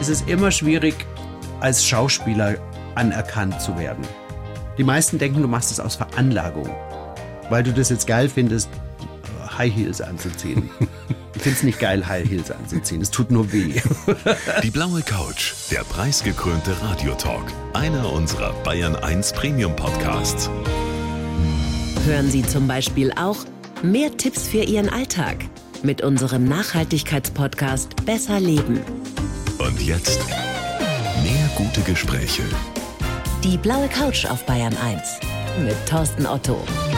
ist es immer schwierig, als Schauspieler anerkannt zu werden. Die meisten denken, du machst es aus Veranlagung, weil du das jetzt geil findest, High Heels anzuziehen. Ich finde es nicht geil, High Heels anzuziehen. Es tut nur weh. Die blaue Couch, der preisgekrönte Radiotalk. Einer unserer Bayern 1 Premium Podcasts. Hören Sie zum Beispiel auch mehr Tipps für Ihren Alltag mit unserem Nachhaltigkeitspodcast Besser Leben. Und jetzt mehr gute Gespräche. Die blaue Couch auf Bayern 1 mit Thorsten Otto.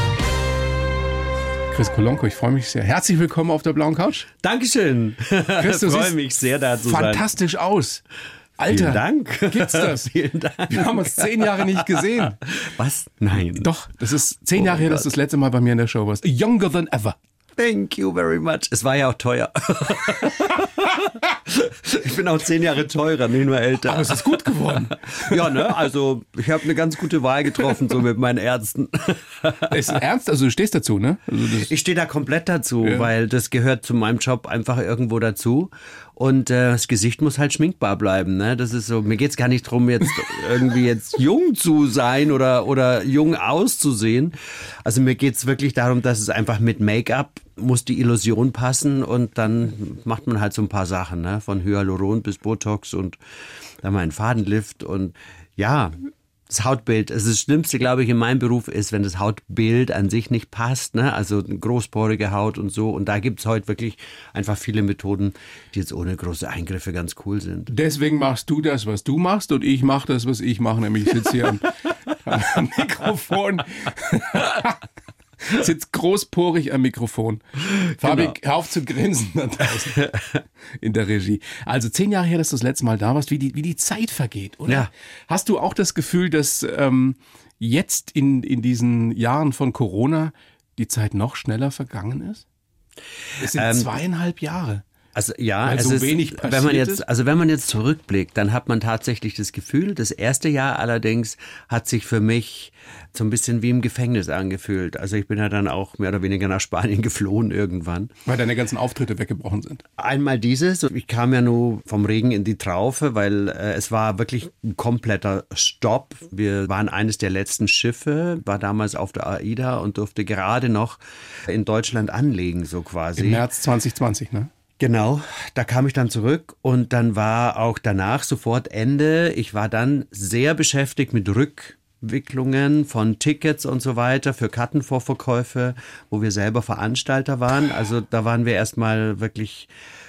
Chris Kolonko, ich freue mich sehr. Herzlich willkommen auf der blauen Couch. Dankeschön. Chris, du freue siehst mich sehr, da zu sein. fantastisch aus. Alter, Vielen Dank. Gibt's das? Vielen Dank. Wir haben uns 10 Jahre nicht gesehen. Was? Nein. Doch, das ist 10 Jahre her, dass du das letzte Mal bei mir in der Show warst. Younger than ever. Thank you very much. Es war ja auch teuer. Ich bin auch 10 Jahre teurer, nicht nur älter. Aber es ist gut geworden. Ja, ne? Also ich habe eine ganz gute Wahl getroffen, so mit meinen Ärzten. Ist ernst? Also du stehst dazu, ne? Also Ich stehe da komplett dazu, Ja. weil das gehört zu meinem Job einfach irgendwo dazu. Und das Gesicht muss halt schminkbar bleiben. Ne? Das ist so. Mir geht's gar nicht drum, jetzt irgendwie jetzt jung zu sein oder jung auszusehen. Also mir geht's wirklich darum, dass es einfach mit Make-up muss die Illusion passen und dann macht man halt so ein paar Sachen, ne? Von Hyaluron bis Botox und dann mal einen Fadenlift und ja. Das Hautbild, also das Schlimmste, glaube ich, in meinem Beruf ist, wenn das Hautbild an sich nicht passt, ne? Also großporige Haut und so. Und da gibt es heute wirklich einfach viele Methoden, die jetzt ohne große Eingriffe ganz cool sind. deswegen machst du das, was du machst und ich mache das, was ich mache. Nämlich ich sitze hier am Mikrofon. Sitzt großporig am Mikrofon. Fabi, hör auf zu grinsen da draußen in der Regie. Also 10 Jahre her, dass du das letzte Mal da warst, wie die Zeit vergeht, oder? Ja. Hast du auch das Gefühl, dass jetzt in diesen Jahren von Corona die Zeit noch schneller vergangen ist? Es sind 2,5 Jahre. Also ja, Weil es so ist, wenig passiert ist? wenn man jetzt zurückblickt, dann hat man tatsächlich das Gefühl, das erste Jahr allerdings hat sich für mich so ein bisschen wie im Gefängnis angefühlt. Also ich bin ja dann auch mehr oder weniger nach Spanien geflohen irgendwann. Weil deine ganzen Auftritte weggebrochen sind. Einmal dieses, ich kam ja nur vom Regen in die Traufe, weil es war wirklich ein kompletter Stopp. Wir waren eines der letzten Schiffe, war damals auf der AIDA und durfte gerade noch in Deutschland anlegen, so quasi. Im März 2020, ne? Genau, da kam ich dann zurück und dann war auch danach sofort Ende. Ich war dann sehr beschäftigt mit Rückwicklungen von Tickets und so weiter für Kartenvorverkäufe, wo wir selber Veranstalter waren. Also da waren wir erstmal wirklich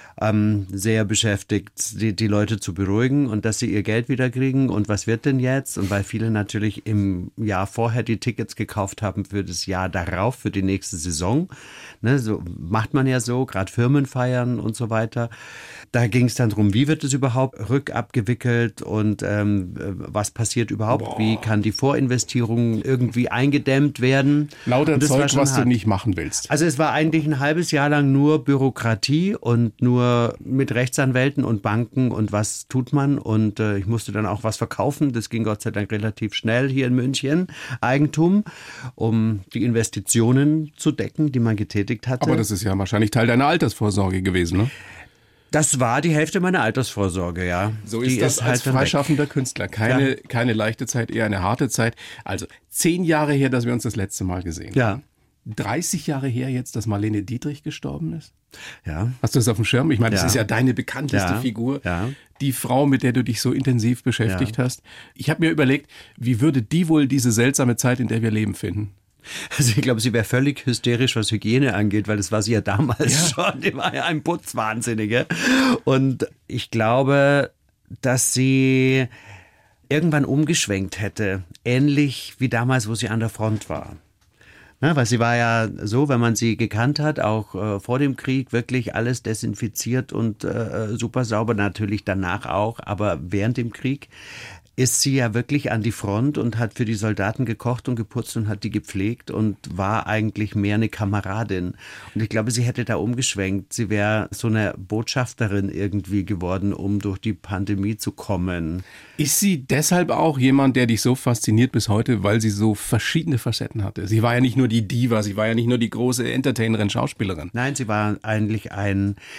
sehr beschäftigt, die Leute zu beruhigen und dass sie ihr Geld wieder kriegen und was wird denn jetzt? Und weil viele natürlich im Jahr vorher die Tickets gekauft haben für das Jahr darauf, für die nächste Saison. Ne, so macht man ja so, gerade Firmenfeiern und so weiter. Da ging es dann darum, wie wird es überhaupt rückabgewickelt und was passiert überhaupt? Wie kann die Vorinvestierung irgendwie eingedämmt werden? Lauter Und das war Zeug, schon was du hart. nicht machen willst. Also es war eigentlich ein halbes Jahr lang nur Bürokratie und nur mit Rechtsanwälten und Banken und was tut man und ich musste dann auch was verkaufen, das ging Gott sei Dank relativ schnell hier in München, Eigentum, um die Investitionen zu decken, die man getätigt hatte. Aber das ist ja wahrscheinlich Teil deiner Altersvorsorge gewesen, ne? Das war die Hälfte meiner Altersvorsorge, ja. So Die ist das als dann weg. freischaffender Künstler. Keine leichte Zeit, eher eine harte Zeit. Also 10 Jahre her, dass wir uns das letzte Mal gesehen haben. Ja. 30 Jahre her jetzt, dass Marlene Dietrich gestorben ist? Ja. Hast du das auf dem Schirm? Ich meine, das Ja. ist ja deine bekannteste Ja. Figur. Ja. Die Frau, mit der du dich so intensiv beschäftigt hast. Ich habe mir überlegt, wie würde die wohl diese seltsame Zeit, in der wir leben, finden? Also ich glaube, sie wäre völlig hysterisch, was Hygiene angeht, weil das war sie ja damals schon. Die war ja ein Putzwahnsinnige. Und ich glaube, dass sie irgendwann umgeschwenkt hätte. Ähnlich wie damals, wo sie an der Front war. Ne, weil sie war ja so, wenn man sie gekannt hat, auch vor dem Krieg wirklich alles desinfiziert und super sauber, natürlich danach auch, aber während dem Krieg ist sie ja wirklich an die Front und hat für die Soldaten gekocht und geputzt und hat die gepflegt und war eigentlich mehr eine Kameradin. Und ich glaube, sie hätte da umgeschwenkt. Sie wäre so eine Botschafterin irgendwie geworden, um durch die Pandemie zu kommen. Ist sie deshalb auch jemand, der dich so fasziniert bis heute, weil sie so verschiedene Facetten hatte? Sie war ja nicht nur die Diva, sie war ja nicht nur die große Entertainerin, Schauspielerin. Nein, sie war eigentlich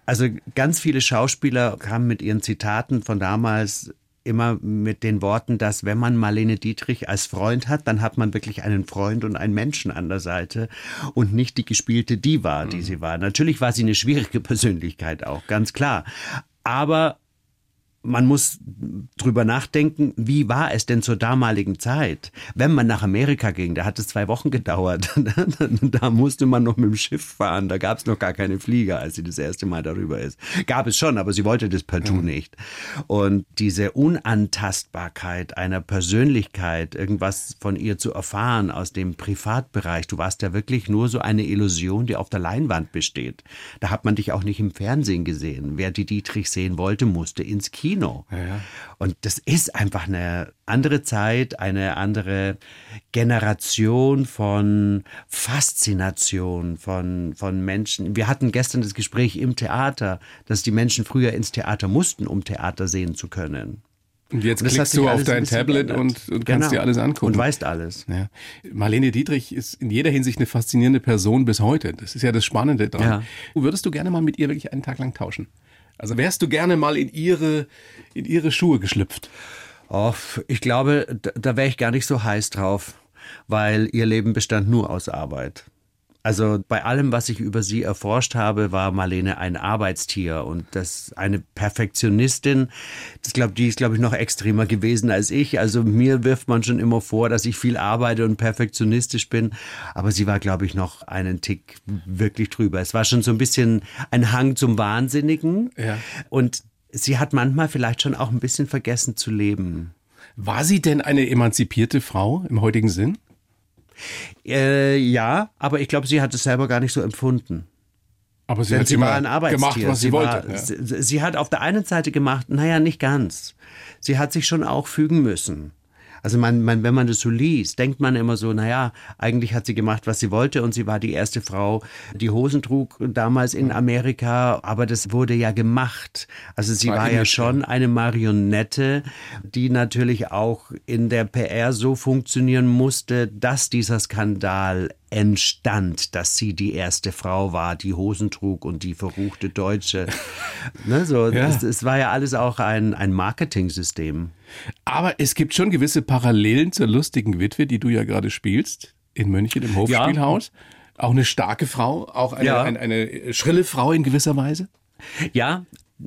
Also ganz viele Schauspieler kamen mit ihren Zitaten von damals immer mit den Worten, dass wenn man Marlene Dietrich als Freund hat, dann hat man wirklich einen Freund und einen Menschen an der Seite und nicht die gespielte Diva, die sie war. Natürlich war sie eine schwierige Persönlichkeit auch, ganz klar. Aber man muss drüber nachdenken, wie war es denn zur damaligen Zeit? Wenn man nach Amerika ging, da hat es 2 Wochen gedauert. Da musste man noch mit dem Schiff fahren. Da gab es noch gar keine Flieger, als sie das erste Mal darüber ist. Gab es schon, aber sie wollte das partout nicht. Und diese Unantastbarkeit einer Persönlichkeit, irgendwas von ihr zu erfahren aus dem Privatbereich, du warst ja wirklich nur so eine Illusion, die auf der Leinwand besteht. Da hat man dich auch nicht im Fernsehen gesehen. Wer die Dietrich sehen wollte, musste ins Kino. Ja. Und das ist einfach eine andere Zeit, eine andere Generation von Faszination von Menschen. Wir hatten gestern das Gespräch im Theater, dass die Menschen früher ins Theater mussten, um Theater sehen zu können. Und jetzt klickst du auf dein Tablet und kannst dir alles angucken. Und weißt alles. Ja. Marlene Dietrich ist in jeder Hinsicht eine faszinierende Person bis heute. Das ist ja das Spannende dran. Ja. Würdest du gerne mal mit ihr wirklich einen Tag lang tauschen? Also wärst du gerne mal in ihre Schuhe geschlüpft? Oh, ich glaube, da wäre ich gar nicht so heiß drauf, weil ihr Leben bestand nur aus Arbeit. Also bei allem, was ich über sie erforscht habe, war Marlene ein Arbeitstier und das eine Perfektionistin. Die ist, glaube ich, noch extremer gewesen als ich. Also mir wirft man schon immer vor, dass ich viel arbeite und perfektionistisch bin. Aber sie war, glaube ich, noch einen Tick wirklich drüber. Es war schon so ein bisschen ein Hang zum Wahnsinnigen. Ja. Und sie hat manchmal vielleicht schon auch ein bisschen vergessen zu leben. War sie denn eine emanzipierte Frau im heutigen Sinn? Ja, aber ich glaube, sie hat es selber gar nicht so empfunden. Aber sie hat war ein Arbeitstier. Gemacht, was sie wollte. Sie hat auf der einen Seite gemacht, naja, nicht ganz. Sie hat sich schon auch fügen müssen. Also wenn man das so liest, denkt man immer so, naja, eigentlich hat sie gemacht, was sie wollte und sie war die erste Frau, die Hosen trug damals in Amerika, aber das wurde ja gemacht. Also sie war ja schon eine Marionette, die natürlich auch in der PR so funktionieren musste, dass dieser Skandal entstand, dass sie die erste Frau war, die Hosen trug und die verruchte Deutsche. Ne, so, ja. Es war ja alles auch ein Marketing-System. Aber es gibt schon gewisse Parallelen zur lustigen Witwe, die du ja gerade spielst, in München im Hofspielhaus. Ja. Auch eine starke Frau, auch eine schrille Frau in gewisser Weise. Ja,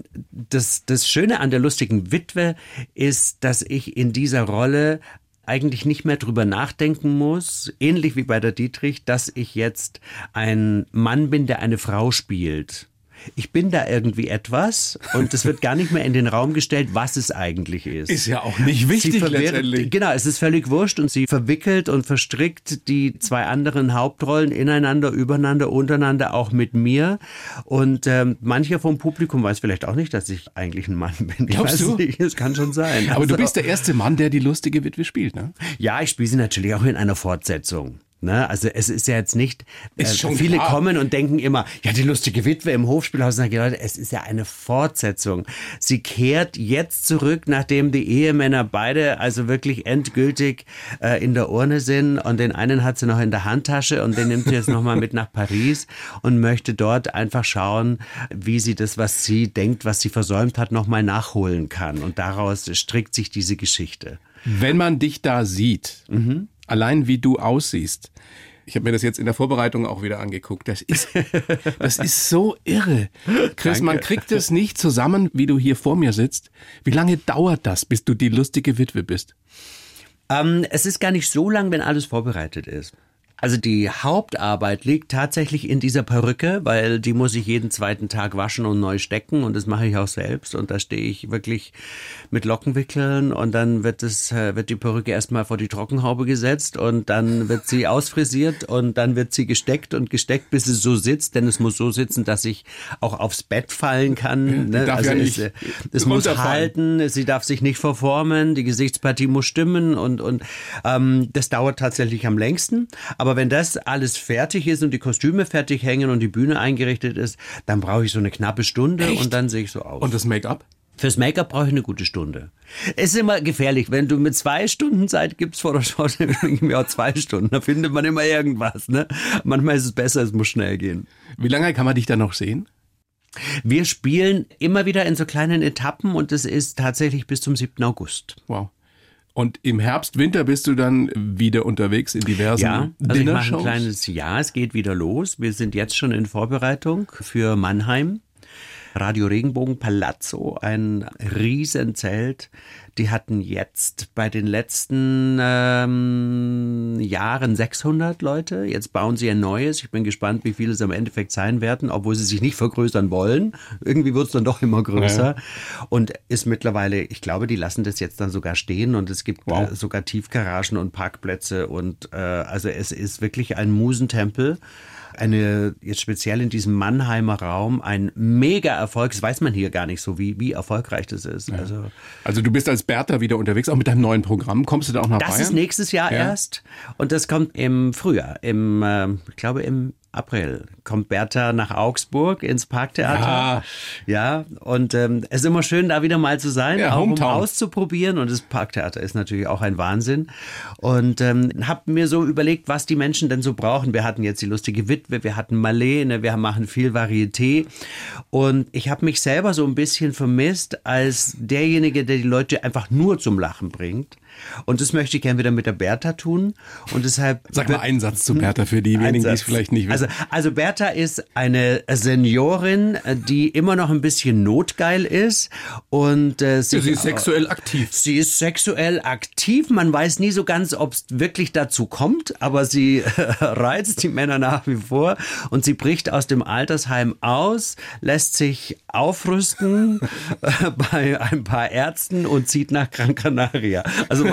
das Schöne an der lustigen Witwe ist, dass ich in dieser Rolle eigentlich nicht mehr drüber nachdenken muss, ähnlich wie bei der Dietrich, dass ich jetzt ein Mann bin, der eine Frau spielt. Ich bin da irgendwie etwas und es wird gar nicht mehr in den Raum gestellt, was es eigentlich ist. Ist ja auch nicht wichtig letztendlich. Genau, es ist völlig wurscht und sie verwickelt und verstrickt die 2 anderen Hauptrollen ineinander, übereinander, untereinander, auch mit mir. Und mancher vom Publikum weiß vielleicht auch nicht, dass ich eigentlich ein Mann bin. Glaubst du? Nicht, es kann schon sein. Aber du bist der erste Mann, der die lustige Witwe spielt, ne? Ja, ich spiele sie natürlich auch in einer Fortsetzung. Ne? Also es ist ja jetzt nicht, viele klar. kommen und denken immer, ja, die lustige Witwe im Hofspielhaus, Leute, es ist ja eine Fortsetzung. Sie kehrt jetzt zurück, nachdem die Ehemänner beide also wirklich endgültig in der Urne sind und den einen hat sie noch in der Handtasche und den nimmt sie jetzt nochmal mit nach Paris und möchte dort einfach schauen, wie sie das, was sie denkt, was sie versäumt hat, nochmal nachholen kann. Und daraus strickt sich diese Geschichte. Wenn man dich da sieht, allein wie du aussiehst, ich habe mir das jetzt in der Vorbereitung auch wieder angeguckt, das ist so irre. Chris, man kriegt es nicht zusammen, wie du hier vor mir sitzt. Wie lange dauert das, bis du die lustige Witwe bist? Es ist gar nicht so lang, wenn alles vorbereitet ist. Also die Hauptarbeit liegt tatsächlich in dieser Perücke, weil die muss ich jeden 2. Tag waschen und neu stecken und das mache ich auch selbst und da stehe ich wirklich mit Lockenwickeln und dann wird die Perücke erstmal vor die Trockenhaube gesetzt und dann wird sie ausfrisiert und dann wird sie gesteckt, bis sie so sitzt, denn es muss so sitzen, dass ich auch aufs Bett fallen kann. Ne? Darf also ja nicht es muss halten, sie darf sich nicht verformen, die Gesichtspartie muss stimmen und das dauert tatsächlich am längsten. Aber wenn das alles fertig ist und die Kostüme fertig hängen und die Bühne eingerichtet ist, dann brauche ich so eine knappe Stunde. Echt? Und dann sehe ich so aus. Und das Make-up? Fürs Make-up brauche ich eine gute Stunde. Es ist immer gefährlich, wenn du mit 2 Stunden Zeit gibst vor der Schaustellung, dann gib mir auch 2 Stunden. Da findet man immer irgendwas. Ne? Manchmal ist es besser, es muss schnell gehen. Wie lange kann man dich da noch sehen? Wir spielen immer wieder in so kleinen Etappen und es ist tatsächlich bis zum 7. August. Wow. Und im Herbst, Winter bist du dann wieder unterwegs in diversen Dinnershows? Es geht wieder los. Wir sind jetzt schon in Vorbereitung für Mannheim. Radio Regenbogen Palazzo, ein Riesenzelt. Die hatten jetzt bei den letzten Jahren 600 Leute. Jetzt bauen sie ein neues. Ich bin gespannt, wie viele es am Endeffekt sein werden, obwohl sie sich nicht vergrößern wollen. Irgendwie wird es dann doch immer größer. Ja. Und ist mittlerweile, ich glaube, die lassen das jetzt dann sogar stehen und es gibt sogar Tiefgaragen und Parkplätze und also es ist wirklich ein Musentempel. Jetzt speziell in diesem Mannheimer Raum, ein Mega-Erfolg. Das weiß man hier gar nicht so, wie erfolgreich das ist. Ja. Also du bist als Bertha wieder unterwegs, auch mit deinem neuen Programm. Kommst du da auch nach Bayern? Das ist nächstes Jahr erst und das kommt im Frühjahr, ich glaube im April kommt Bertha nach Augsburg ins Parktheater. Ja, und es ist immer schön, da wieder mal zu sein, auch um auszuprobieren. Und das Parktheater ist natürlich auch ein Wahnsinn. Und habe mir so überlegt, was die Menschen denn so brauchen. Wir hatten jetzt die lustige Witwe, wir hatten Marlene, wir machen viel Varieté. Und ich habe mich selber so ein bisschen vermisst als derjenige, der die Leute einfach nur zum Lachen bringt. Und das möchte ich gerne wieder mit der Bertha tun. Und deshalb. Sag mal einen Satz zu Bertha für diejenigen, die es vielleicht nicht wissen. Also Bertha ist eine Seniorin, die immer noch ein bisschen notgeil ist. Und sie ist sexuell aktiv. Sie ist sexuell aktiv. Man weiß nie so ganz, ob es wirklich dazu kommt. Aber sie reizt die Männer nach wie vor. Und sie bricht aus dem Altersheim aus, lässt sich aufrüsten bei ein paar Ärzten und zieht nach Gran Canaria. Also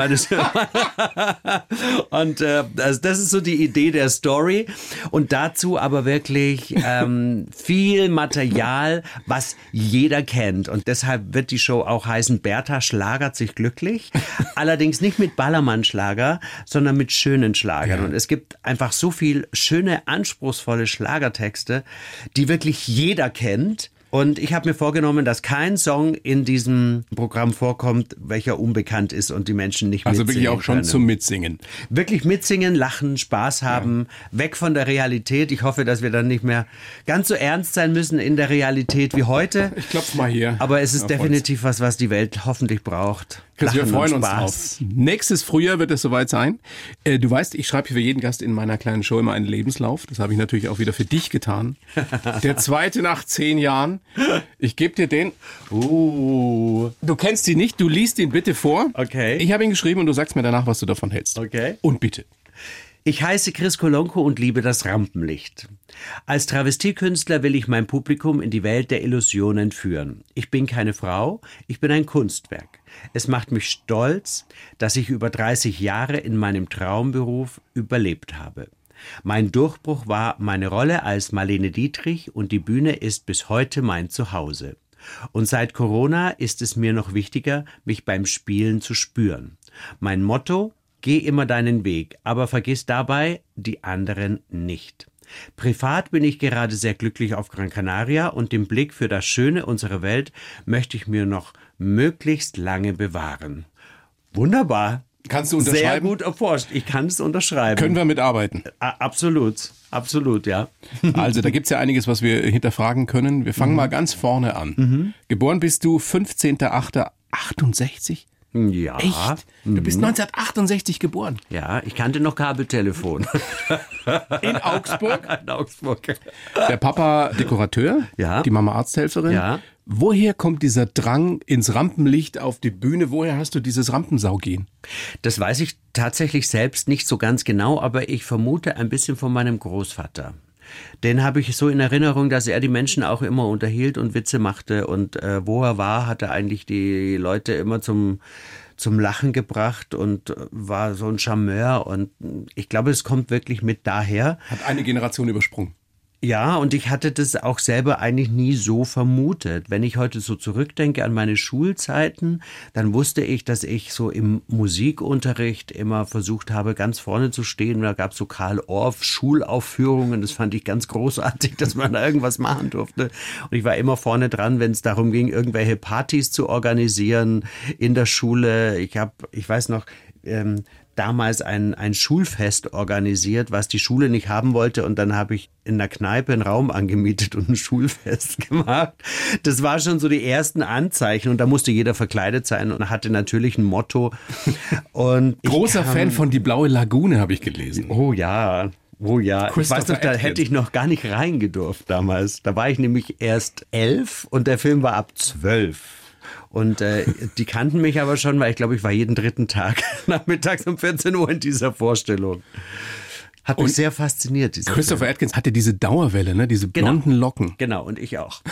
und das ist so die Idee der Story und dazu aber wirklich viel Material, was jeder kennt und deshalb wird die Show auch heißen Bertha schlagert sich glücklich, allerdings nicht mit Ballermann-Schlager, sondern mit schönen Schlagern und es gibt einfach so viel schöne, anspruchsvolle Schlagertexte, die wirklich jeder kennt. Und ich habe mir vorgenommen, dass kein Song in diesem Programm vorkommt, welcher unbekannt ist und die Menschen nicht mitsingen. Also wirklich auch schon zum Mitsingen. Wirklich mitsingen, lachen, Spaß haben, weg von der Realität. Ich hoffe, dass wir dann nicht mehr ganz so ernst sein müssen in der Realität wie heute. Ich klopfe mal hier. Aber es ist definitiv was die Welt hoffentlich braucht. Chris, wir freuen uns drauf. Nächstes Frühjahr wird es soweit sein. Du weißt, ich schreibe für jeden Gast in meiner kleinen Show immer einen Lebenslauf. Das habe ich natürlich auch wieder für dich getan. Der zweite nach 10 Jahren. Ich gebe dir den. Du kennst ihn nicht, du liest ihn bitte vor. Okay. Ich habe ihn geschrieben und du sagst mir danach, was du davon hältst. Okay. Und bitte. Ich heiße Chris Kolonko und liebe das Rampenlicht. Als Travestiekünstler will ich mein Publikum in die Welt der Illusionen führen. Ich bin keine Frau, ich bin ein Kunstwerk. Es macht mich stolz, dass ich über 30 Jahre in meinem Traumberuf überlebt habe. Mein Durchbruch war meine Rolle als Marlene Dietrich und die Bühne ist bis heute mein Zuhause. Und seit Corona ist es mir noch wichtiger, mich beim Spielen zu spüren. Mein Motto: Geh immer deinen Weg, aber vergiss dabei die anderen nicht. Privat bin ich gerade sehr glücklich auf Gran Canaria und den Blick für das Schöne unserer Welt möchte ich mir noch möglichst lange bewahren. Wunderbar. Kannst du unterschreiben? Sehr gut erforscht. Ich kann es unterschreiben. Können wir mitarbeiten? Absolut. Absolut, ja. Also da gibt's ja einiges, was wir hinterfragen können. Wir fangen mal ganz vorne an. Geboren bist du 15.08.68? Ja. Echt? Du bist 1968 geboren? Ja, ich kannte noch Kabeltelefon. In Augsburg? In Augsburg. Der Papa Dekorateur, ja. Die Mama Arzthelferin. Ja. Woher kommt dieser Drang ins Rampenlicht auf die Bühne? Woher hast du dieses Rampensaugehen? Das weiß ich tatsächlich selbst nicht so ganz genau, aber ich vermute ein bisschen von meinem Großvater. Den habe ich so in Erinnerung, dass er die Menschen auch immer unterhielt und Witze machte. Und wo er war, hat er eigentlich die Leute immer zum Lachen gebracht und war so ein Charmeur. Und ich glaube, es kommt wirklich mit daher. Hat eine Generation übersprungen. Ja, und ich hatte das auch selber eigentlich nie so vermutet. Wenn ich heute so zurückdenke an meine Schulzeiten, dann wusste ich, dass ich so im Musikunterricht immer versucht habe, ganz vorne zu stehen. Da gab es so Karl Orff Schulaufführungen. Das fand ich ganz großartig, dass man da irgendwas machen durfte. Und ich war immer vorne dran, wenn es darum ging, irgendwelche Partys zu organisieren in der Schule. Ich weiß noch, damals ein Schulfest organisiert, was die Schule nicht haben wollte. Und dann habe ich in der Kneipe einen Raum angemietet und ein Schulfest gemacht. Das war schon so die ersten Anzeichen. Und da musste jeder verkleidet sein und hatte natürlich ein Motto. Und Großer Fan von Die Blaue Lagune, habe ich gelesen. Oh ja. Ich weiß noch, da hätte ich noch gar nicht reingedurft damals. Da war ich nämlich erst 11 und der Film war ab 12. Und die kannten mich aber schon, weil ich glaube, ich war jeden dritten Tag nachmittags um 14 Uhr in dieser Vorstellung. Hat mich sehr fasziniert. Christopher Atkins hatte diese Dauerwelle, ne? Diese blonden Locken. Genau, und ich auch.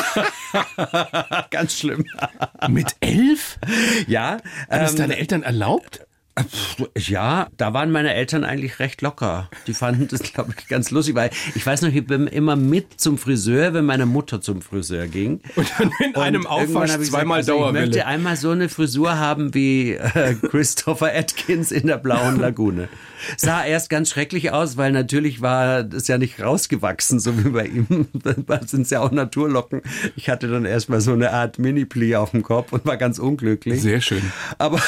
Ganz schlimm. Mit 11? Ja. Haben es deine Eltern erlaubt? Ja, da waren meine Eltern eigentlich recht locker. Die fanden das, glaube ich, ganz lustig, weil ich weiß noch, ich bin immer mit zum Friseur, wenn meine Mutter zum Friseur ging. Und dann in einem Aufwasch zweimal Dauerwelle. Ich möchte einmal so eine Frisur haben wie Christopher Atkins in der Blauen Lagune. Sah erst ganz schrecklich aus, weil natürlich war das ja nicht rausgewachsen, so wie bei ihm. Da sind es ja auch Naturlocken. Ich hatte dann erstmal so eine Art Mini-Pli auf dem Kopf und war ganz unglücklich. Sehr schön. Aber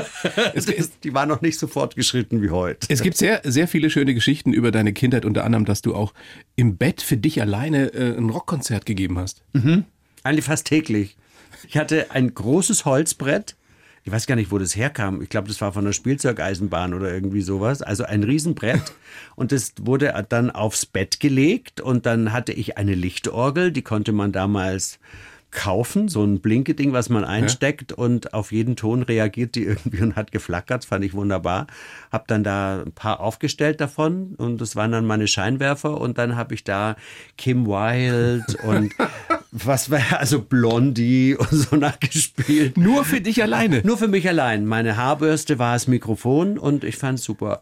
die war noch nicht so fortgeschritten wie heute. Es gibt sehr, sehr viele schöne Geschichten über deine Kindheit, unter anderem, dass du auch im Bett für dich alleine ein Rockkonzert gegeben hast. Mhm. Eigentlich fast täglich. Ich hatte ein großes Holzbrett. Ich weiß gar nicht, wo das herkam. Ich glaube, das war von der Spielzeugeisenbahn oder irgendwie sowas. Also ein Riesenbrett. Und das wurde dann aufs Bett gelegt. Und dann hatte ich eine Lichtorgel. Die konnte man damals kaufen. So ein Blinkeding, was man einsteckt. Und auf jeden Ton reagiert die irgendwie und hat geflackert. Fand ich wunderbar. Hab dann da ein paar aufgestellt davon. Und das waren dann meine Scheinwerfer. Und dann habe ich da Kim Wilde und was war also Blondie und so nachgespielt. Nur für dich alleine? Nur für mich allein. Meine Haarbürste war das Mikrofon und ich fand's super.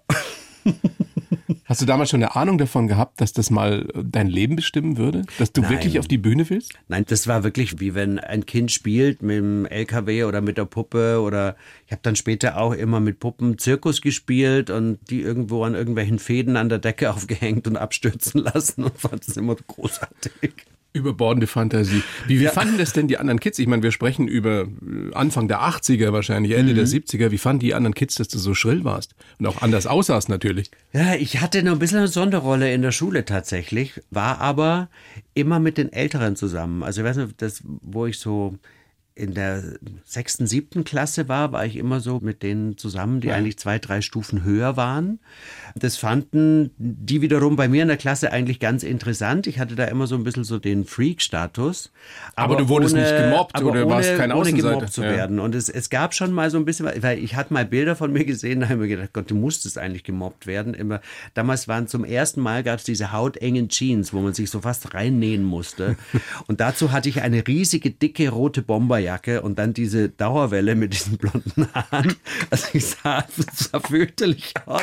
Hast du damals schon eine Ahnung davon gehabt, dass das mal dein Leben bestimmen würde? Dass du wirklich auf die Bühne willst? Nein, das war wirklich wie wenn ein Kind spielt mit dem LKW oder mit der Puppe oder ich habe dann später auch immer mit Puppen Zirkus gespielt und die irgendwo an irgendwelchen Fäden an der Decke aufgehängt und abstürzen lassen und fand das immer großartig. Überbordende Fantasie. Wie fanden das denn die anderen Kids? Ich meine, wir sprechen über Anfang der 80er wahrscheinlich, Ende der 70er. Wie fanden die anderen Kids, dass du so schrill warst? Und auch anders aussahst natürlich. Ja, ich hatte noch ein bisschen eine Sonderrolle in der Schule tatsächlich, war aber immer mit den Älteren zusammen. Also ich weiß nicht, wo ich so in der 6., 7. Klasse war ich immer so mit denen zusammen, die eigentlich 2, 3 Stufen höher waren. Das fanden die wiederum bei mir in der Klasse eigentlich ganz interessant. Ich hatte da immer so ein bisschen so den Freak-Status. Aber du wurdest nicht gemobbt oder warst kein Außenseiter? Ohne gemobbt zu werden. Und es gab schon mal so ein bisschen, weil ich hatte mal Bilder von mir gesehen, da habe ich mir gedacht, Gott, du musstest eigentlich gemobbt werden. Damals waren zum ersten Mal gab es diese hautengen Jeans, wo man sich so fast reinnähen musste. Und dazu hatte ich eine riesige, dicke, rote Bomberjacke und dann diese Dauerwelle mit diesen blonden Haaren. Also ich sah fürchterlich aus.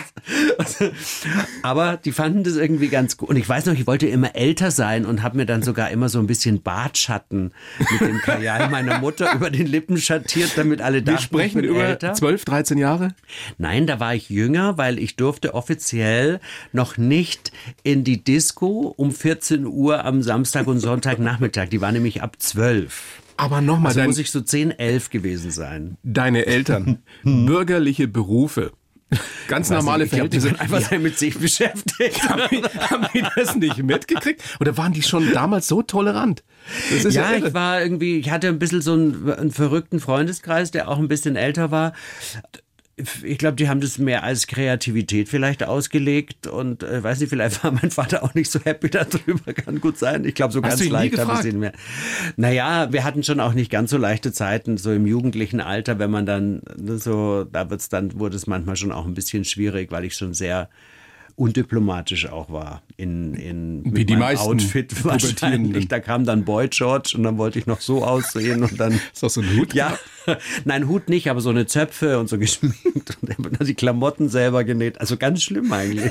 Aber die fanden das irgendwie ganz gut. Und ich weiß noch, ich wollte immer älter sein und habe mir dann sogar immer so ein bisschen Bartschatten mit dem Kajal meiner Mutter über den Lippen schattiert, damit alle dachten, wir sprechen ich bin über älter. 12, 13 Jahre? Nein, da war ich jünger, weil ich durfte offiziell noch nicht in die Disco um 14 Uhr am Samstag und Sonntagnachmittag. Die war nämlich ab 12. Aber nochmal, also muss ich so 10, 11 gewesen sein. Deine Eltern, bürgerliche Berufe, ganz normale Verhältnisse. Die einfach sehr mit sich beschäftigt. Haben die das nicht mitgekriegt? Oder waren die schon damals so tolerant? Das ist ja, ich hatte ein bisschen so einen verrückten Freundeskreis, der auch ein bisschen älter war. Ich glaube, die haben das mehr als Kreativität vielleicht ausgelegt und weiß nicht, vielleicht war mein Vater auch nicht so happy darüber, kann gut sein. Ich glaube, so ganz leicht habe ich es nicht mehr. Naja, wir hatten schon auch nicht ganz so leichte Zeiten, so im jugendlichen Alter, wenn man dann so, wurde es manchmal schon auch ein bisschen schwierig, weil ich schon sehr undiplomatisch auch war wie die meisten Outfit wahrscheinlich. Da kam dann Boy George und dann wollte ich noch so aussehen und dann... Ist das so ein Hut? Ja, nein, Hut nicht, aber so eine Zöpfe und so geschminkt und die Klamotten selber genäht. Also ganz schlimm eigentlich.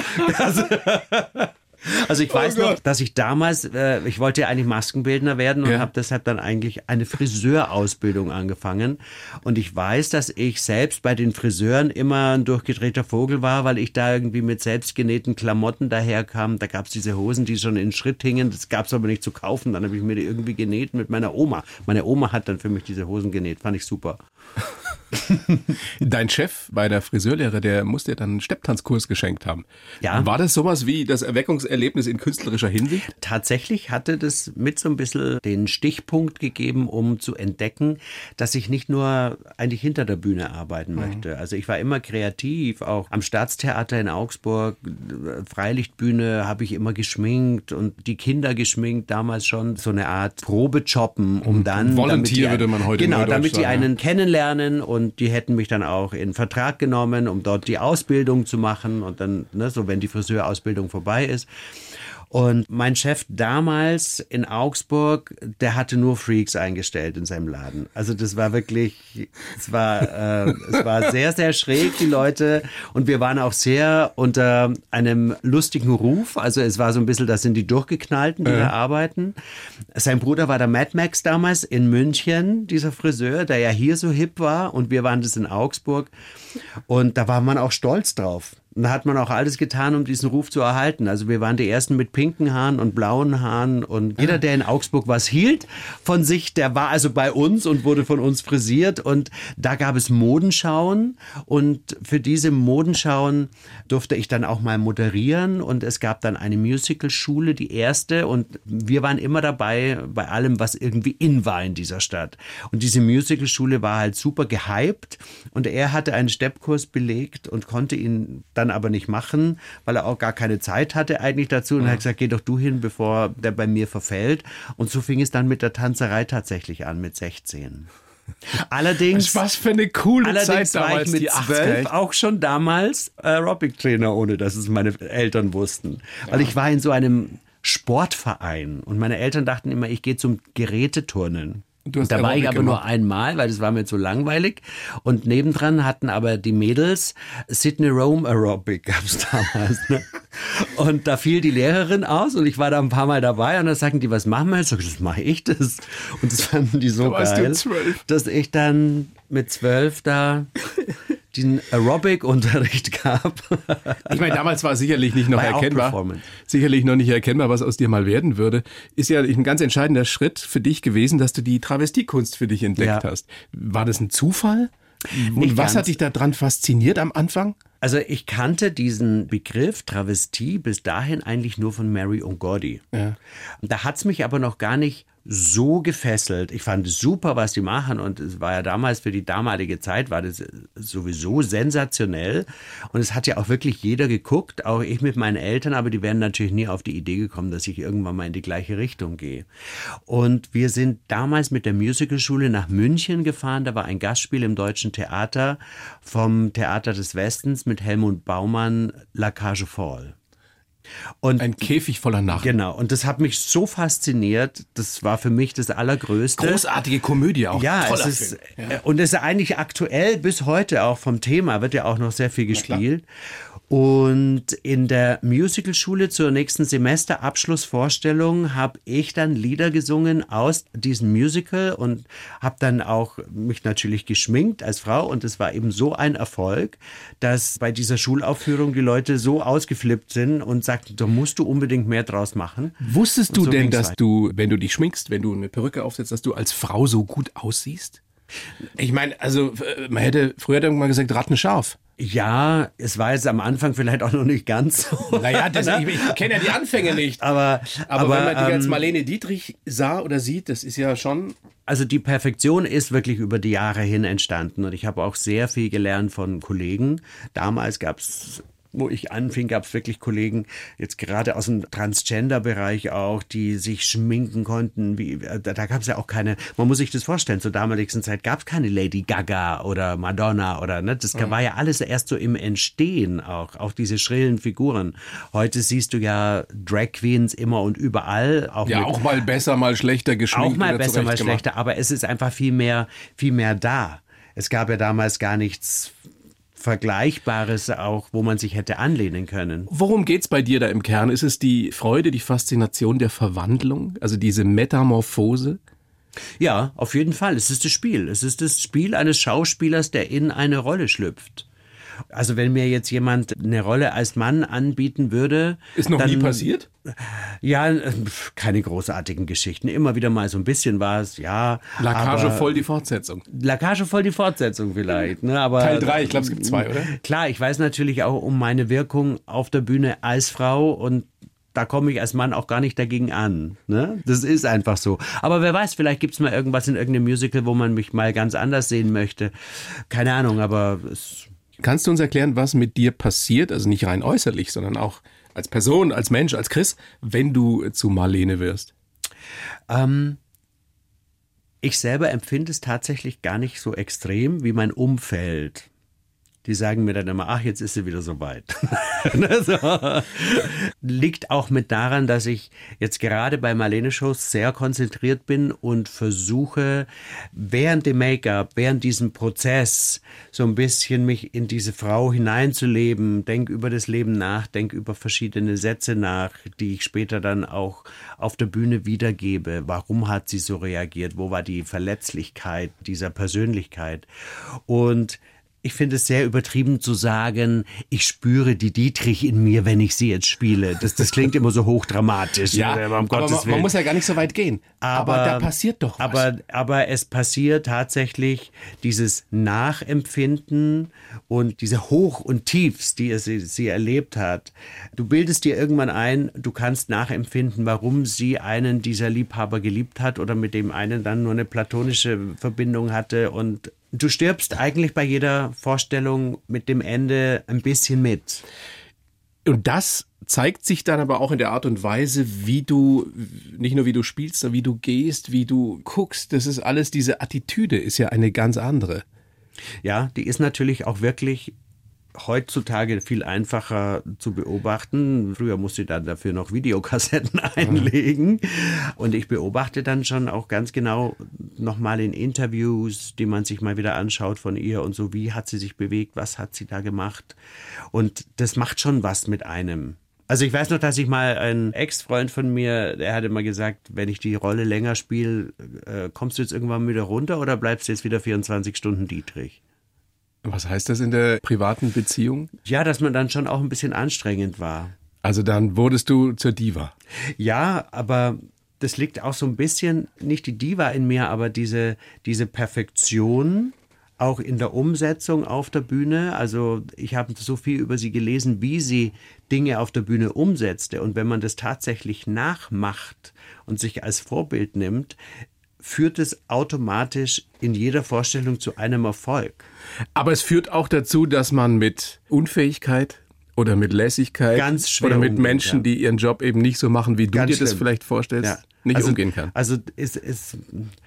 Also ich weiß noch, dass ich damals, ich wollte ja eigentlich Maskenbildner werden und habe deshalb dann eigentlich eine Friseurausbildung angefangen. Und ich weiß, dass ich selbst bei den Friseuren immer ein durchgedrehter Vogel war, weil ich da irgendwie mit selbstgenähten Klamotten daherkam. Da gab es diese Hosen, die schon in Schritt hingen. Das gab es aber nicht zu kaufen. Dann habe ich mir die irgendwie genäht mit meiner Oma. Meine Oma hat dann für mich diese Hosen genäht. Fand ich super. Dein Chef bei der Friseurlehre, der muss dir dann einen Stepptanzkurs geschenkt haben. Ja. War das sowas wie das Erweckungserlebnis in künstlerischer Hinsicht? Tatsächlich hatte das mit so ein bisschen den Stichpunkt gegeben, um zu entdecken, dass ich nicht nur eigentlich hinter der Bühne arbeiten möchte. Also ich war immer kreativ, auch am Staatstheater in Augsburg, Freilichtbühne habe ich immer geschminkt und die Kinder geschminkt, damals schon so eine Art Probejoppen, um dann... Volunteer würde man heute Genau, damit sagen, die einen kennenlernen und die hätten mich dann auch in Vertrag genommen, um dort die Ausbildung zu machen und dann, so wenn die Friseurausbildung vorbei ist. Und mein Chef damals in Augsburg, der hatte nur Freaks eingestellt in seinem Laden. Also das war wirklich, es war sehr, sehr schräg, die Leute. Und wir waren auch sehr unter einem lustigen Ruf. Also es war so ein bisschen, das sind die Durchgeknallten, die da arbeiten. Sein Bruder war der Mad Max damals in München, dieser Friseur, der ja hier so hip war. Und wir waren das in Augsburg. Und da war man auch stolz drauf. Und da hat man auch alles getan, um diesen Ruf zu erhalten. Also wir waren die Ersten mit pinken Haaren und blauen Haaren. Und jeder, der in Augsburg was hielt von sich, der war also bei uns und wurde von uns frisiert. Und da gab es Modenschauen. Und für diese Modenschauen durfte ich dann auch mal moderieren. Und es gab dann eine Musicalschule, die erste. Und wir waren immer dabei bei allem, was irgendwie in war in dieser Stadt. Und diese Musicalschule war halt super gehypt. Und er hatte einen Steppkurs belegt und konnte ihn dann aber nicht machen, weil er auch gar keine Zeit hatte eigentlich dazu. Und er hat gesagt, geh doch du hin, bevor der bei mir verfällt. Und so fing es dann mit der Tanzerei tatsächlich an, mit 16. Allerdings, was für eine coole allerdings Zeit war damals, ich mit die 12 auch schon damals Aerobic-Trainer, ohne dass es meine Eltern wussten. Weil ich war in so einem Sportverein und meine Eltern dachten immer, ich gehe zum Geräteturnen. Da war ich aber nur einmal, weil das war mir zu langweilig. Und nebendran hatten aber die Mädels Sydney Rome Aerobic gab's damals. Ne? Und da fiel die Lehrerin aus und ich war da ein paar Mal dabei und dann sagten die, was machen wir jetzt? Das mache ich das. Und das fanden die so geil, dass ich dann mit 12 da den Aerobic-Unterricht gab. Ich meine, damals war sicherlich nicht noch erkennbar, sicherlich noch nicht erkennbar, was aus dir mal werden würde. Ist ja ein ganz entscheidender Schritt für dich gewesen, dass du die Travestiekunst für dich entdeckt hast. War das ein Zufall? Und was hat dich daran fasziniert am Anfang? Also ich kannte diesen Begriff Travestie bis dahin eigentlich nur von Mary Ungardi. Ja. Da hat's mich aber noch gar nicht so gefesselt. Ich fand es super, was die machen und es war ja damals für die damalige Zeit war das sowieso sensationell und es hat ja auch wirklich jeder geguckt, auch ich mit meinen Eltern, aber die wären natürlich nie auf die Idee gekommen, dass ich irgendwann mal in die gleiche Richtung gehe. Und wir sind damals mit der Musicalschule nach München gefahren, da war ein Gastspiel im Deutschen Theater vom Theater des Westens mit Helmut Baumann, La Cage Fall. Und ein Käfig voller Nacht. Genau, und das hat mich so fasziniert, das war für mich das Allergrößte. Großartige Komödie auch. Ja, es ist, und es ist eigentlich aktuell bis heute auch vom Thema, wird ja auch noch sehr viel gespielt. Und in der Musicalschule zur nächsten Semesterabschlussvorstellung habe ich dann Lieder gesungen aus diesem Musical und habe dann auch mich natürlich geschminkt als Frau und es war eben so ein Erfolg, dass bei dieser Schulaufführung die Leute so ausgeflippt sind und sagten, da musst du unbedingt mehr draus machen. Wusstest du denn, dass du, wenn du dich schminkst, wenn du eine Perücke aufsetzt, dass du als Frau so gut aussiehst? Ich meine, also man hätte früher irgendwann gesagt, rattenscharf. Ja, es war jetzt am Anfang vielleicht auch noch nicht ganz so. Naja, ich kenne ja die Anfänge nicht. Aber wenn man dich als Marlene Dietrich sah oder sieht, das ist ja schon... Also die Perfektion ist wirklich über die Jahre hin entstanden und ich habe auch sehr viel gelernt von Kollegen. Damals gab es... Wo ich anfing, gab es wirklich Kollegen, jetzt gerade aus dem Transgender-Bereich auch, die sich schminken konnten. Da gab es ja auch keine, man muss sich das vorstellen, zur damaligen Zeit gab es keine Lady Gaga oder Madonna oder, ne, das war ja alles erst so im Entstehen auch diese schrillen Figuren. Heute siehst du ja Drag Queens immer und überall. Auch mal besser, mal schlechter geschminkt. Auch mal besser, mal schlechter, aber es ist einfach viel mehr da. Es gab ja damals gar nichts Vergleichbares auch, wo man sich hätte anlehnen können. Worum geht's bei dir da im Kern? Ist es die Freude, die Faszination der Verwandlung, also diese Metamorphose? Ja, auf jeden Fall. Es ist das Spiel. Es ist das Spiel eines Schauspielers, der in eine Rolle schlüpft. Also wenn mir jetzt jemand eine Rolle als Mann anbieten würde. Ist noch nie passiert? Ja, keine großartigen Geschichten. Immer wieder mal so ein bisschen was, ja. Lacage voll die Fortsetzung. Lacage voll die Fortsetzung vielleicht. Ne? Aber Teil 3, ich glaube, es gibt 2, oder? Klar, ich weiß natürlich auch um meine Wirkung auf der Bühne als Frau und da komme ich als Mann auch gar nicht dagegen an. Ne? Das ist einfach so. Aber wer weiß, vielleicht gibt es mal irgendwas in irgendeinem Musical, wo man mich mal ganz anders sehen möchte. Keine Ahnung, aber Kannst du uns erklären, was mit dir passiert, also nicht rein äußerlich, sondern auch als Person, als Mensch, als Chris, wenn du zu Marlene wirst? Ich selber empfinde es tatsächlich gar nicht so extrem wie mein Umfeld. Die sagen mir dann immer, ach, jetzt ist sie wieder so weit. So. Liegt auch mit daran, dass ich jetzt gerade bei Marlene-Shows sehr konzentriert bin und versuche, während dem Make-up, während diesem Prozess, so ein bisschen mich in diese Frau hineinzuleben, denk über das Leben nach, denk über verschiedene Sätze nach, die ich später dann auch auf der Bühne wiedergebe. Warum hat sie so reagiert? Wo war die Verletzlichkeit dieser Persönlichkeit? Und ich finde es sehr übertrieben zu sagen, ich spüre die Dietrich in mir, wenn ich sie jetzt spiele. Das klingt immer so hochdramatisch. Ja, aber man muss ja gar nicht so weit gehen. Aber da passiert doch was. Aber es passiert tatsächlich dieses Nachempfinden und diese Hoch- und Tiefs, die sie erlebt hat. Du bildest dir irgendwann ein, du kannst nachempfinden, warum sie einen dieser Liebhaber geliebt hat oder mit dem einen dann nur eine platonische Verbindung hatte und du stirbst eigentlich bei jeder Vorstellung mit dem Ende ein bisschen mit. Und das zeigt sich dann aber auch in der Art und Weise, wie du, nicht nur wie du spielst, sondern wie du gehst, wie du guckst. Das ist alles, diese Attitüde ist ja eine ganz andere. Ja, die ist natürlich auch wirklich heutzutage viel einfacher zu beobachten. Früher musste ich dann dafür noch Videokassetten einlegen. Und ich beobachte dann schon auch ganz genau nochmal in Interviews, die man sich mal wieder anschaut von ihr und so, wie hat sie sich bewegt, was hat sie da gemacht. Und das macht schon was mit einem. Also ich weiß noch, dass ich mal einen Ex-Freund von mir, der hatte mal gesagt, wenn ich die Rolle länger spiele, kommst du jetzt irgendwann wieder runter oder bleibst du jetzt wieder 24 Stunden Dietrich? Was heißt das in der privaten Beziehung? Ja, dass man dann schon auch ein bisschen anstrengend war. Also dann wurdest du zur Diva. Ja, aber das liegt auch so ein bisschen, nicht die Diva in mir, aber diese Perfektion, auch in der Umsetzung auf der Bühne. Also ich habe so viel über sie gelesen, wie sie Dinge auf der Bühne umsetzte. Und wenn man das tatsächlich nachmacht und sich als Vorbild nimmt, führt es automatisch in jeder Vorstellung zu einem Erfolg. Aber es führt auch dazu, dass man mit Unfähigkeit oder mit Lässigkeit ganz schwer oder mit umgehen, Menschen, die ihren Job eben nicht so machen, wie du ganz dir das schlimm. vielleicht vorstellst, nicht umgehen kann. Also ist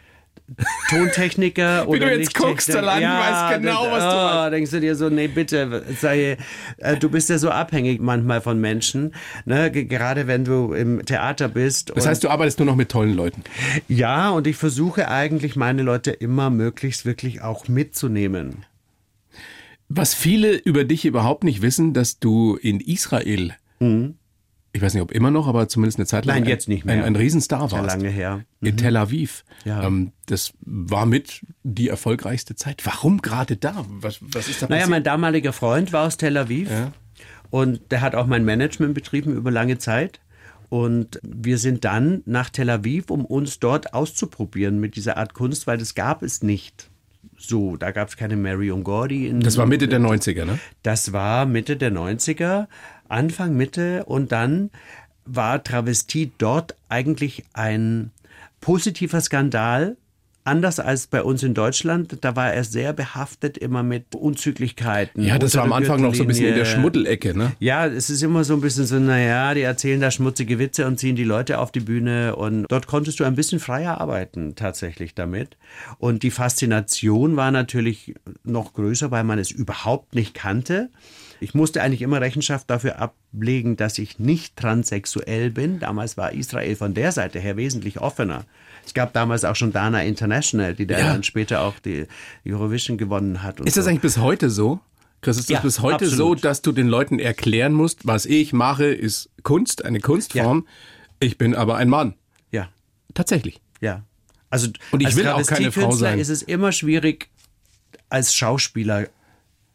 Tontechniker Wie oder du jetzt guckst, allein weißt genau, was du meinst. Denkst du dir so, nee, bitte, du bist ja so abhängig manchmal von Menschen, ne? Gerade wenn du im Theater bist. Das heißt, du arbeitest nur noch mit tollen Leuten? Ja, und ich versuche eigentlich, meine Leute immer möglichst wirklich auch mitzunehmen. Was viele über dich überhaupt nicht wissen, dass du in Israel, ich weiß nicht, ob immer noch, aber zumindest eine Zeit lang jetzt nicht mehr. Ein Riesenstar warst. Schon lange her. In Tel Aviv. Ja. Das war mit die erfolgreichste Zeit. Warum gerade da? Was ist da passiert? Naja, mein damaliger Freund war aus Tel Aviv und der hat auch mein Management betrieben über lange Zeit. Und wir sind dann nach Tel Aviv, um uns dort auszuprobieren mit dieser Art Kunst, weil das gab es nicht. So, da gab es keine Marion Gordy. Das war Mitte der 90er, ne? Das war Mitte der 90er, Anfang, Mitte. Und dann war Travestie dort eigentlich ein positiver Skandal. Anders als bei uns in Deutschland, da war er sehr behaftet immer mit Unzüglichkeiten. Ja, das war am Anfang noch so ein bisschen in der Schmuddelecke, ne? Ja, es ist immer so ein bisschen so, naja, die erzählen da schmutzige Witze und ziehen die Leute auf die Bühne und dort konntest du ein bisschen freier arbeiten tatsächlich damit. Und die Faszination war natürlich noch größer, weil man es überhaupt nicht kannte. Ich musste eigentlich immer Rechenschaft dafür ablegen, dass ich nicht transsexuell bin. Damals war Israel von der Seite her wesentlich offener. Es gab damals auch schon Dana International, die dann später auch die Eurovision gewonnen hat. Ist das eigentlich bis heute so? Chris, ist das bis heute absolut so, dass du den Leuten erklären musst, was ich mache, ist Kunst, eine Kunstform. Ja. Ich bin aber ein Mann. Ja. Tatsächlich. Ja. Also und ich als will auch keine Frau sein. Ist es immer schwierig, als Schauspieler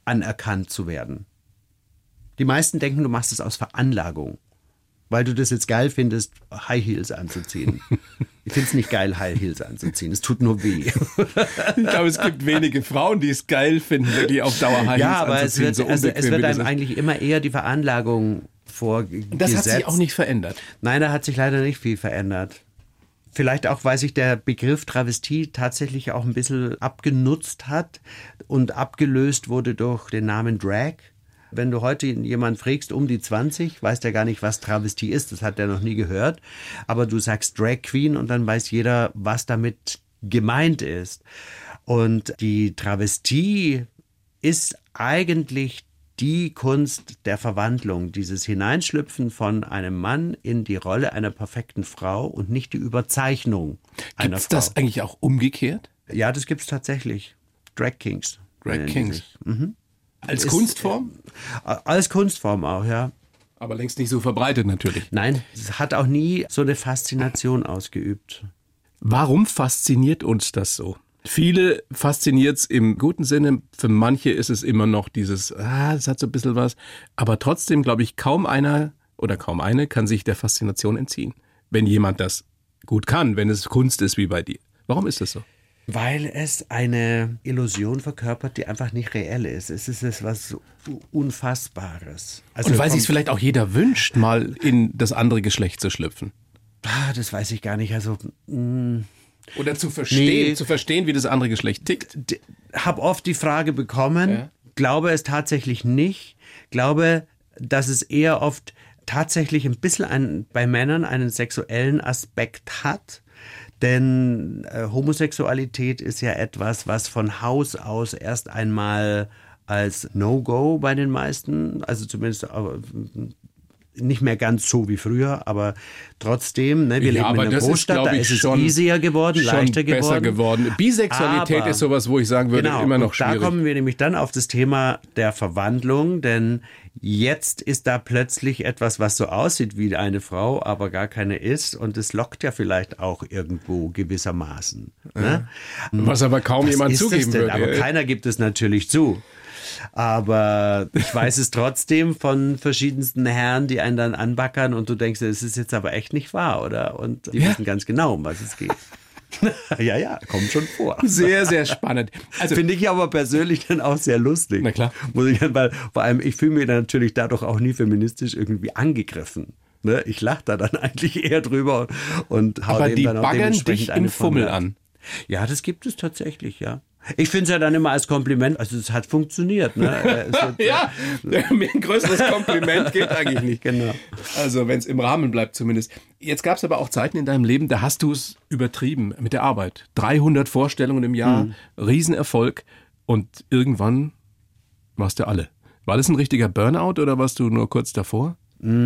anerkannt zu werden. Die meisten denken, du machst es aus Veranlagung, weil du das jetzt geil findest, High Heels anzuziehen. Ich finde es nicht geil, High Heels anzuziehen. Es tut nur weh. Ich glaube, es gibt wenige Frauen, die es geil finden, wirklich auf Dauer High Heels anzuziehen. Ja, aber es wird einem eigentlich immer eher die Veranlagung vorgesetzt. Das hat sich auch nicht verändert. Nein, da hat sich leider nicht viel verändert. Vielleicht auch, weil sich der Begriff Travestie tatsächlich auch ein bisschen abgenutzt hat und abgelöst wurde durch den Namen Drag. Wenn du heute jemanden fragst, um die 20, weiß der gar nicht, was Travestie ist. Das hat der noch nie gehört. Aber du sagst Drag Queen und dann weiß jeder, was damit gemeint ist. Und die Travestie ist eigentlich die Kunst der Verwandlung, dieses Hineinschlüpfen von einem Mann in die Rolle einer perfekten Frau und nicht die Überzeichnung einer Frau. Gibt's das eigentlich auch umgekehrt? Ja, das gibt's tatsächlich. Drag Kings. Drag Kings. Als Kunstform? Als Kunstform auch, ja. Aber längst nicht so verbreitet natürlich. Nein, es hat auch nie so eine Faszination ausgeübt. Warum fasziniert uns das so? Viele fasziniert es im guten Sinne, für manche ist es immer noch dieses, es hat so ein bisschen was. Aber trotzdem, glaube ich, kaum einer oder kaum eine kann sich der Faszination entziehen. Wenn jemand das gut kann, wenn es Kunst ist wie bei dir. Warum ist das so? Weil es eine Illusion verkörpert, die einfach nicht reell ist. Es ist etwas Unfassbares. Also und weil sich es vielleicht auch jeder wünscht, mal in das andere Geschlecht zu schlüpfen. Das weiß ich gar nicht. Also oder zu verstehen, wie das andere Geschlecht tickt. Habe oft die Frage bekommen, glaube es tatsächlich nicht. Glaube, dass es eher oft tatsächlich ein bisschen bei Männern einen sexuellen Aspekt hat. Denn Homosexualität ist ja etwas, was von Haus aus erst einmal als No-Go bei den meisten, also zumindest nicht mehr ganz so wie früher, aber trotzdem, wir leben in einer Großstadt, da ist es easier geworden, leichter geworden. Besser geworden. Bisexualität ist sowas, wo ich sagen würde, immer noch schwierig. Da kommen wir nämlich dann auf das Thema der Verwandlung, denn jetzt ist da plötzlich etwas, was so aussieht wie eine Frau, aber gar keine ist und es lockt ja vielleicht auch irgendwo gewissermaßen. Ne? Was aber kaum jemand zugeben würde. Aber keiner gibt es natürlich zu. Aber ich weiß es trotzdem von verschiedensten Herren, die einen dann anbackern und du denkst, das ist jetzt aber echt nicht wahr, oder? Und die wissen ganz genau, um was es geht. Ja, kommt schon vor. Sehr, sehr spannend. Also finde ich aber persönlich dann auch sehr lustig. Na klar. Weil vor allem, ich fühle mich dann natürlich dadurch auch nie feministisch irgendwie angegriffen. Ne? Ich lache da dann eigentlich eher drüber und hau dem dann auch dementsprechend eine. Aber die baggern dich im Fummel an. Ja, das gibt es tatsächlich, ja. Ich finde es ja dann immer als Kompliment, also es hat funktioniert. Ne? Ja, mir ein größeres Kompliment geht eigentlich nicht. Genau. Also wenn es im Rahmen bleibt zumindest. Jetzt gab es aber auch Zeiten in deinem Leben, da hast du es übertrieben mit der Arbeit. 300 Vorstellungen im Jahr, Riesenerfolg und irgendwann warst du alle. War das ein richtiger Burnout oder warst du nur kurz davor?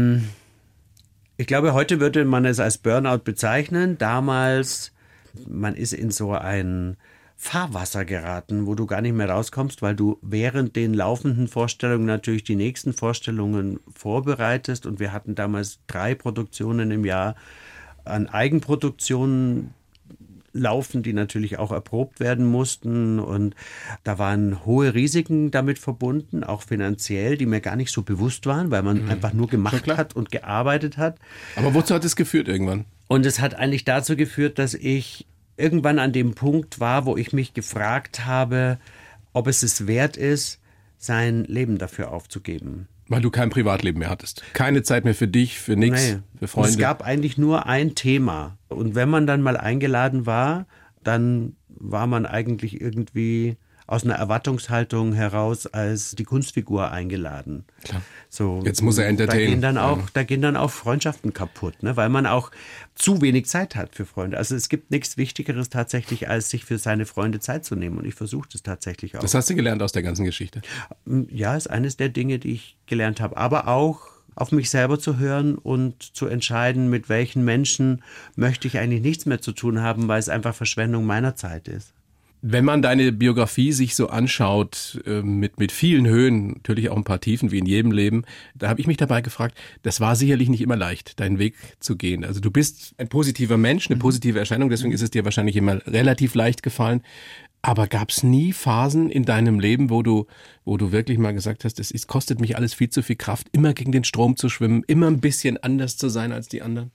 Ich glaube, heute würde man es als Burnout bezeichnen. Damals, man ist in so ein Fahrwasser geraten, wo du gar nicht mehr rauskommst, weil du während den laufenden Vorstellungen natürlich die nächsten Vorstellungen vorbereitest. Und wir hatten damals 3 Produktionen im Jahr an Eigenproduktionen laufen, die natürlich auch erprobt werden mussten. Und da waren hohe Risiken damit verbunden, auch finanziell, die mir gar nicht so bewusst waren, weil man einfach nur gemacht hat und gearbeitet hat. Aber wozu hat es geführt irgendwann? Und es hat eigentlich dazu geführt, dass ich irgendwann an dem Punkt war, wo ich mich gefragt habe, ob es wert ist, sein Leben dafür aufzugeben. Weil du kein Privatleben mehr hattest. Keine Zeit mehr für dich, für nichts, für Freunde. Und es gab eigentlich nur ein Thema. Und wenn man dann mal eingeladen war, dann war man eigentlich irgendwie aus einer Erwartungshaltung heraus als die Kunstfigur eingeladen. Klar. So, jetzt muss er entertainen. Da gehen dann auch Freundschaften kaputt, ne? Weil man auch zu wenig Zeit hat für Freunde. Also es gibt nichts Wichtigeres tatsächlich, als sich für seine Freunde Zeit zu nehmen. Und ich versuche das tatsächlich auch. Das hast du gelernt aus der ganzen Geschichte? Ja, ist eines der Dinge, die ich gelernt habe. Aber auch auf mich selber zu hören und zu entscheiden, mit welchen Menschen möchte ich eigentlich nichts mehr zu tun haben, weil es einfach Verschwendung meiner Zeit ist. Wenn man deine Biografie sich so anschaut, mit vielen Höhen, natürlich auch ein paar Tiefen wie in jedem Leben, da habe ich mich dabei gefragt, das war sicherlich nicht immer leicht, deinen Weg zu gehen. Also du bist ein positiver Mensch, eine positive Erscheinung, deswegen ist es dir wahrscheinlich immer relativ leicht gefallen. Aber gab es nie Phasen in deinem Leben, wo du wirklich mal gesagt hast, es kostet mich alles viel zu viel Kraft, immer gegen den Strom zu schwimmen, immer ein bisschen anders zu sein als die anderen?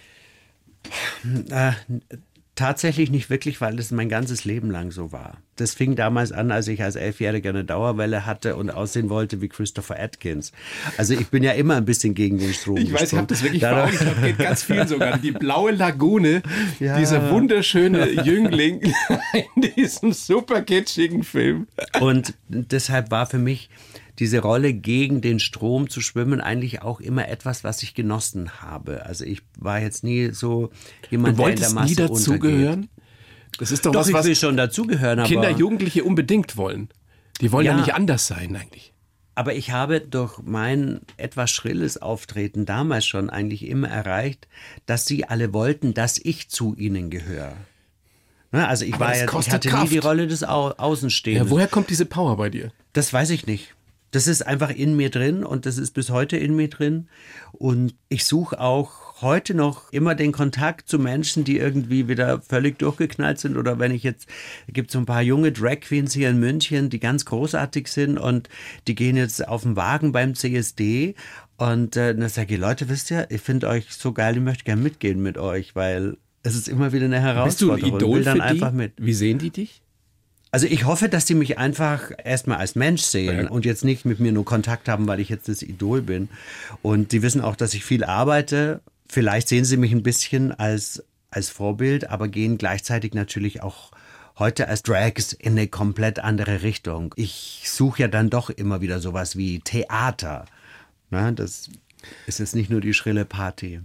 Tatsächlich nicht wirklich, weil das mein ganzes Leben lang so war. Das fing damals an, als ich als 11-Jähriger eine Dauerwelle hatte und aussehen wollte wie Christopher Atkins. Also ich bin ja immer ein bisschen gegen den Strom Ich weiß, ich habe das wirklich vor Augen. Ich glaube, geht ganz vielen sogar. Die blaue Lagune, dieser wunderschöne Jüngling in diesem super kitschigen Film. Und deshalb war für mich diese Rolle gegen den Strom zu schwimmen eigentlich auch immer etwas, was ich genossen habe. Also ich war jetzt nie so jemand, der in der Masse nie dazugehören? untergeht. Das ist doch, Doch, was ich will schon dazugehören, aber Kinder, Jugendliche unbedingt wollen. Die wollen ja nicht anders sein eigentlich. Aber ich habe durch mein etwas schrilles Auftreten damals schon eigentlich immer erreicht, dass sie alle wollten, dass ich zu ihnen gehöre. Also ich hatte nie die Rolle des Außenstehenden. Ja, woher kommt diese Power bei dir? Das weiß ich nicht. Das ist einfach in mir drin und das ist bis heute in mir drin. Und ich suche auch heute noch immer den Kontakt zu Menschen, die irgendwie wieder völlig durchgeknallt sind. Oder wenn ich jetzt, gibt so ein paar junge Drag Queens hier in München, die ganz großartig sind und die gehen jetzt auf den Wagen beim CSD. Und dann sage ich, Leute, wisst ihr, ich finde euch so geil, ich möchte gerne mitgehen mit euch, weil es ist immer wieder eine Herausforderung. Bist du ein Idol will dann für einfach die? mit. Wie sehen die dich? Also ich hoffe, dass sie mich einfach erstmal als Mensch sehen und jetzt nicht mit mir nur Kontakt haben, weil ich jetzt das Idol bin. Und die wissen auch, dass ich viel arbeite. Vielleicht sehen sie mich ein bisschen als Vorbild, aber gehen gleichzeitig natürlich auch heute als Drags in eine komplett andere Richtung. Ich suche ja dann doch immer wieder sowas wie Theater. Das ist jetzt nicht nur die schrille Party.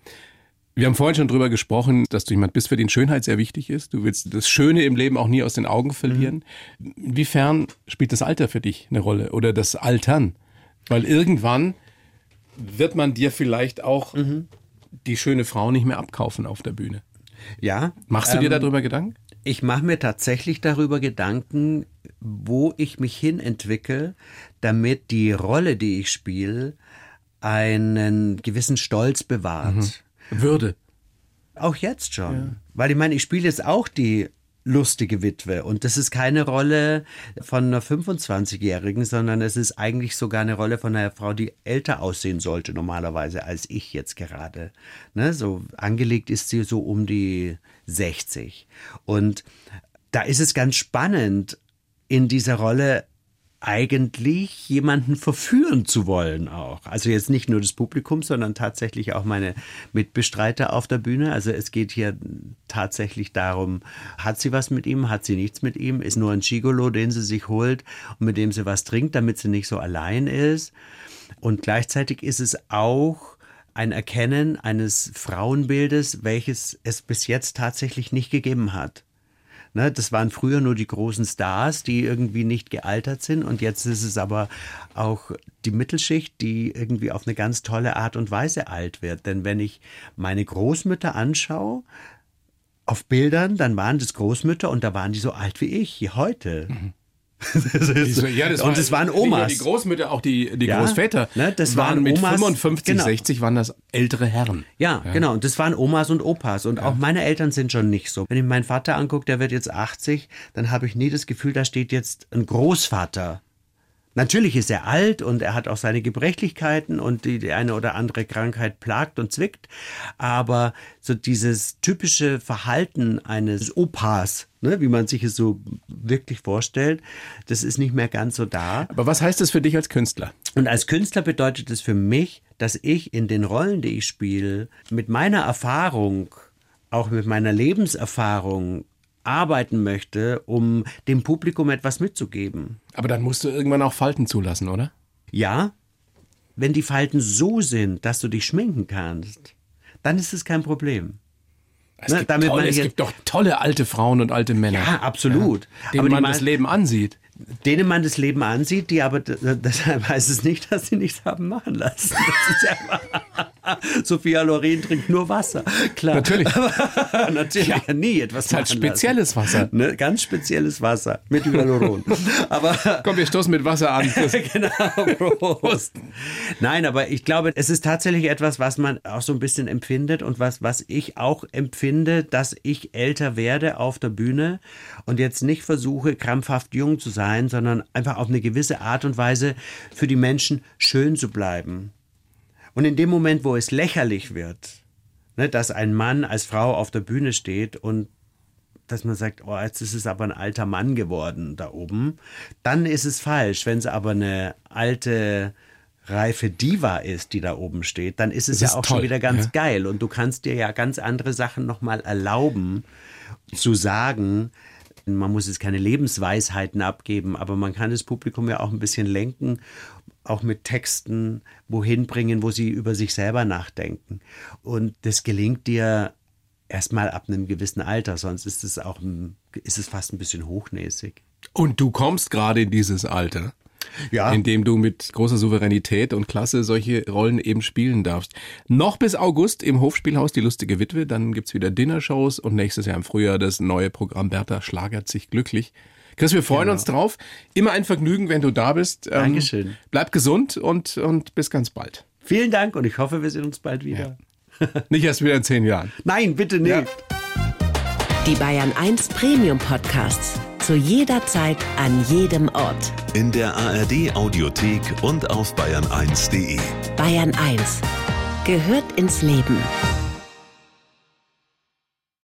Wir haben vorhin schon drüber gesprochen, dass du jemand bist, für den Schönheit sehr wichtig ist. Du willst das Schöne im Leben auch nie aus den Augen verlieren. Inwiefern spielt das Alter für dich eine Rolle oder das Altern? Weil irgendwann wird man dir vielleicht auch die schöne Frau nicht mehr abkaufen auf der Bühne. Ja. Machst du dir darüber Gedanken? Ich mache mir tatsächlich darüber Gedanken, wo ich mich hin entwickle, damit die Rolle, die ich spiele, einen gewissen Stolz bewahrt. Würde. Auch jetzt schon. Ja. Weil ich meine, ich spiele jetzt auch die lustige Witwe und das ist keine Rolle von einer 25-Jährigen, sondern es ist eigentlich sogar eine Rolle von einer Frau, die älter aussehen sollte normalerweise als ich jetzt gerade. Ne? So angelegt ist sie so um die 60. Und da ist es ganz spannend, in dieser Rolle eigentlich jemanden verführen zu wollen auch. Also jetzt nicht nur das Publikum, sondern tatsächlich auch meine Mitbestreiter auf der Bühne. Also es geht hier tatsächlich darum, hat sie was mit ihm, hat sie nichts mit ihm, ist nur ein Gigolo, den sie sich holt und mit dem sie was trinkt, damit sie nicht so allein ist. Und gleichzeitig ist es auch ein Erkennen eines Frauenbildes, welches es bis jetzt tatsächlich nicht gegeben hat. Das waren früher nur die großen Stars, die irgendwie nicht gealtert sind und jetzt ist es aber auch die Mittelschicht, die irgendwie auf eine ganz tolle Art und Weise alt wird. Denn wenn ich meine Großmütter anschaue, auf Bildern, dann waren das Großmütter und da waren die so alt wie ich, wie heute. Das waren Omas. Die Großmütter, auch die Großväter, das waren mit Omas, 55, 60 waren das ältere Herren. Ja, genau. Und das waren Omas und Opas. Und auch meine Eltern sind schon nicht so. Wenn ich meinen Vater angucke, der wird jetzt 80, dann habe ich nie das Gefühl, da steht jetzt ein Großvater. Natürlich ist er alt und er hat auch seine Gebrechlichkeiten und die eine oder andere Krankheit plagt und zwickt. Aber so dieses typische Verhalten eines Opas, wie man sich es so wirklich vorstellt, das ist nicht mehr ganz so da. Aber was heißt das für dich als Künstler? Und als Künstler bedeutet es für mich, dass ich in den Rollen, die ich spiele, mit meiner Erfahrung, auch mit meiner Lebenserfahrung, arbeiten möchte, um dem Publikum etwas mitzugeben. Aber dann musst du irgendwann auch Falten zulassen, oder? Ja, wenn die Falten so sind, dass du dich schminken kannst, dann ist es kein Problem. Es gibt doch tolle alte Frauen und alte Männer. Ja, absolut. Ja, denen man das Leben ansieht. Denen man das Leben ansieht, die aber deshalb heißt es nicht, dass sie nichts haben machen lassen. Das ist ja Sophia Loren trinkt nur Wasser. Klar. Natürlich. Aber natürlich ja nie etwas. Das ist halt spezielles Wasser. Ne? Ganz spezielles Wasser mit Hyaluron. Aber komm, wir stoßen mit Wasser an. Genau, Prost. Nein, aber ich glaube, es ist tatsächlich etwas, was man auch so ein bisschen empfindet und was ich auch empfinde, dass ich älter werde auf der Bühne und jetzt nicht versuche, krampfhaft jung zu sein, sondern einfach auf eine gewisse Art und Weise für die Menschen schön zu bleiben. Und in dem Moment, wo es lächerlich wird, ne, dass ein Mann als Frau auf der Bühne steht und dass man sagt, oh, jetzt ist es aber ein alter Mann geworden da oben, dann ist es falsch. Wenn es aber eine alte, reife Diva ist, die da oben steht, dann ist es ja auch toll, schon wieder ganz geil. Und du kannst dir ja ganz andere Sachen nochmal erlauben zu sagen. Man muss jetzt keine Lebensweisheiten abgeben, aber man kann das Publikum ja auch ein bisschen lenken, auch mit Texten wohin bringen, wo sie über sich selber nachdenken. Und das gelingt dir erstmal ab einem gewissen Alter, sonst ist es fast ein bisschen hochnäsig. Und du kommst gerade in dieses Alter, ja, in dem du mit großer Souveränität und Klasse solche Rollen eben spielen darfst. Noch bis August im Hofspielhaus die lustige Witwe, dann gibt's wieder Dinnershows und nächstes Jahr im Frühjahr das neue Programm Bertha schlagert sich glücklich. Chris, wir freuen uns drauf. Immer ein Vergnügen, wenn du da bist. Dankeschön. Bleib gesund und bis ganz bald. Vielen Dank und ich hoffe, wir sehen uns bald wieder. Ja. Nicht erst wieder in 10 Jahren. Nein, bitte nicht. Ja. Die Bayern 1 Premium Podcasts. Zu jeder Zeit, an jedem Ort. In der ARD Audiothek und auf bayern1.de. Bayern 1 gehört ins Leben.